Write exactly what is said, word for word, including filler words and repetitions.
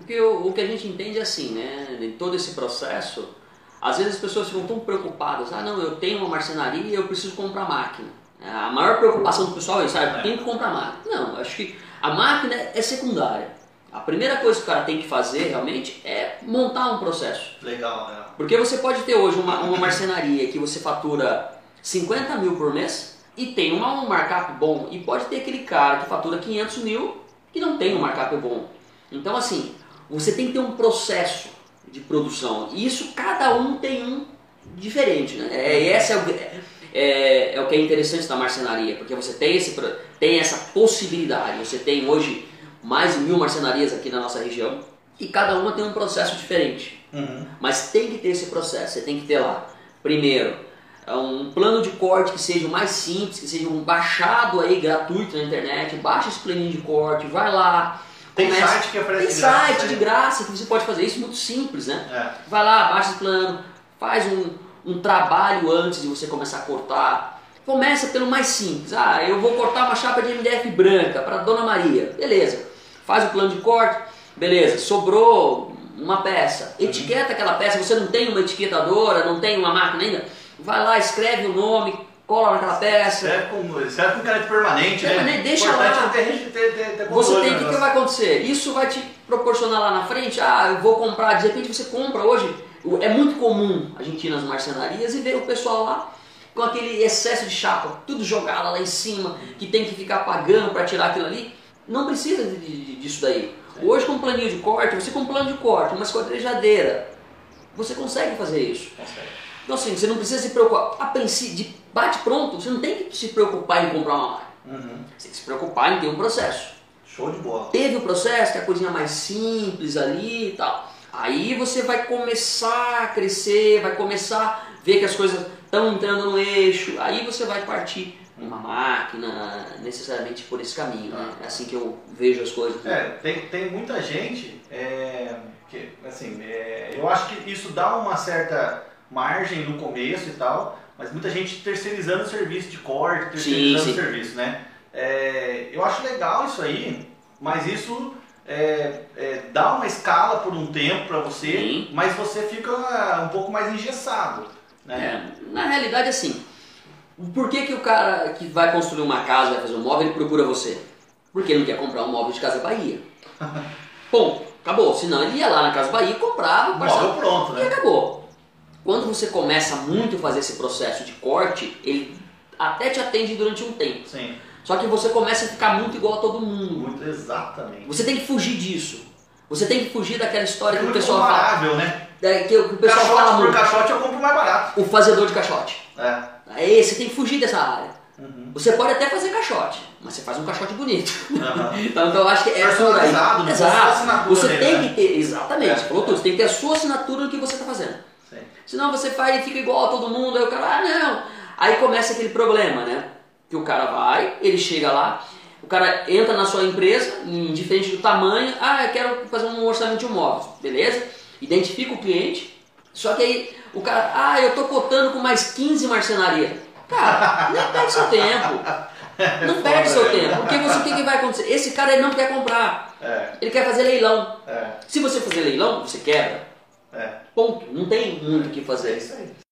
Porque o, o que a gente entende é assim, né? Em todo esse processo, às vezes as pessoas ficam tão preocupadas, ah não, eu tenho uma marcenaria e eu preciso comprar máquina. A maior preocupação do pessoal é isso, ah, eu tenho que comprar máquina. Não, acho que a máquina é secundária. A primeira coisa que o cara tem que fazer realmente é montar um processo. Legal, né? Porque você pode ter hoje uma, uma marcenaria que você fatura cinquenta mil por mês e tem uma, um markup bom. E pode ter aquele cara que fatura quinhentos mil que não tem um markup bom. Então assim, você tem que ter um processo de produção. E isso cada um tem um diferente, né? É, essa é, o, é, é o que é interessante da marcenaria, porque você tem, esse, tem essa possibilidade. Você tem hoje mais de mil marcenarias aqui na nossa região e cada uma tem um processo diferente. Uhum. Mas tem que ter esse processo, você tem que ter lá, primeiro, um plano de corte que seja o mais simples, que seja um baixado aí gratuito na internet, baixa esse planinho de corte, vai lá. Tem começa, site que oferece tem de graça, site né? de graça que você pode fazer isso muito simples, né? É. Vai lá, baixa esse plano, faz um, um trabalho antes de você começar a cortar. Começa pelo mais simples, ah, eu vou cortar uma chapa de M D F branca para Dona Maria, beleza. Faz o plano de corte, beleza, sobrou uma peça, etiqueta aquela peça, você não tem uma etiquetadora, não tem uma máquina ainda, vai lá, escreve o nome, cola naquela peça. Serve com, serve com caneta permanente, Permanente, né? deixa Importante lá. é ter, ter, ter, ter Você tem, o né? que, que vai acontecer? Isso vai te proporcionar lá na frente, ah, eu vou comprar, de repente você compra hoje, é muito comum a gente ir nas marcenarias e ver o pessoal lá com aquele excesso de chapa, tudo jogado lá em cima, que tem que ficar pagando para tirar aquilo ali. Não precisa de, de, disso daí. Sim. Hoje com um planinho de corte, você com um plano de corte, uma esquadrejadeira, você consegue fazer isso. Consegue. Então assim, você não precisa se preocupar, a princípio, de bate pronto, você não tem que se preocupar em comprar uma máquina. Uhum. Você tem que se preocupar em ter um processo. Show de bola. Teve o processo, que é a coisinha mais simples ali e tal. Aí você vai começar a crescer, vai começar a ver que as coisas estão entrando no eixo, aí você vai partir uma máquina, necessariamente por esse caminho, né? É assim que eu vejo as coisas. Né? É, tem, tem muita gente é, que, assim, é, eu acho que isso dá uma certa margem no começo e tal, mas muita gente terceirizando o serviço de corte, terceirizando sim, o sim. serviço, né? É, eu acho legal isso aí, mas isso é, é, dá uma escala por um tempo para você, sim. Mas você fica um pouco mais engessado, né? É, na realidade, assim, por que, que o cara que vai construir uma casa, vai fazer um móvel, ele procura você? Porque ele não quer comprar um móvel de Casa Bahia. Ponto. Acabou. Senão ele ia lá na Casa Bahia, comprava, móvel pronto, né? E acabou. Quando você começa muito a fazer esse processo de corte, ele até te atende durante um tempo. Sim. Só que você começa a ficar muito igual a todo mundo. Muito exatamente. Você tem que fugir disso. Você tem que fugir daquela história é que o muito pessoal comparável, fala. Né? É, que o pessoal caixote fala por muito. caixote eu compro mais barato. O fazedor de caixote. É. É, você tem que fugir dessa área. Uhum. Você pode até fazer caixote, mas você faz um caixote bonito. Uhum. então, então eu acho que é personalizado, né? Exato. Você dele, tem né? que ter, exatamente, é. você falou tudo, você tem que ter a sua assinatura no que você está fazendo. Sim. Senão você faz e fica igual a todo mundo, aí o cara, ah não. Aí começa aquele problema, né? Que o cara vai, ele chega lá, o cara entra na sua empresa, indiferente do tamanho, ah, eu quero fazer um orçamento de um móvel, beleza? Identifica o cliente, só que aí o cara, ah, eu tô cotando com mais quinze marcenarias. Cara, não perde seu tempo. Não perde seu tempo. Porque você, o que, que vai acontecer? Esse cara ele não quer comprar. É. Ele quer fazer leilão. É. Se você fazer leilão, você quebra. É. Ponto. Não tem muito o que fazer. É isso aí.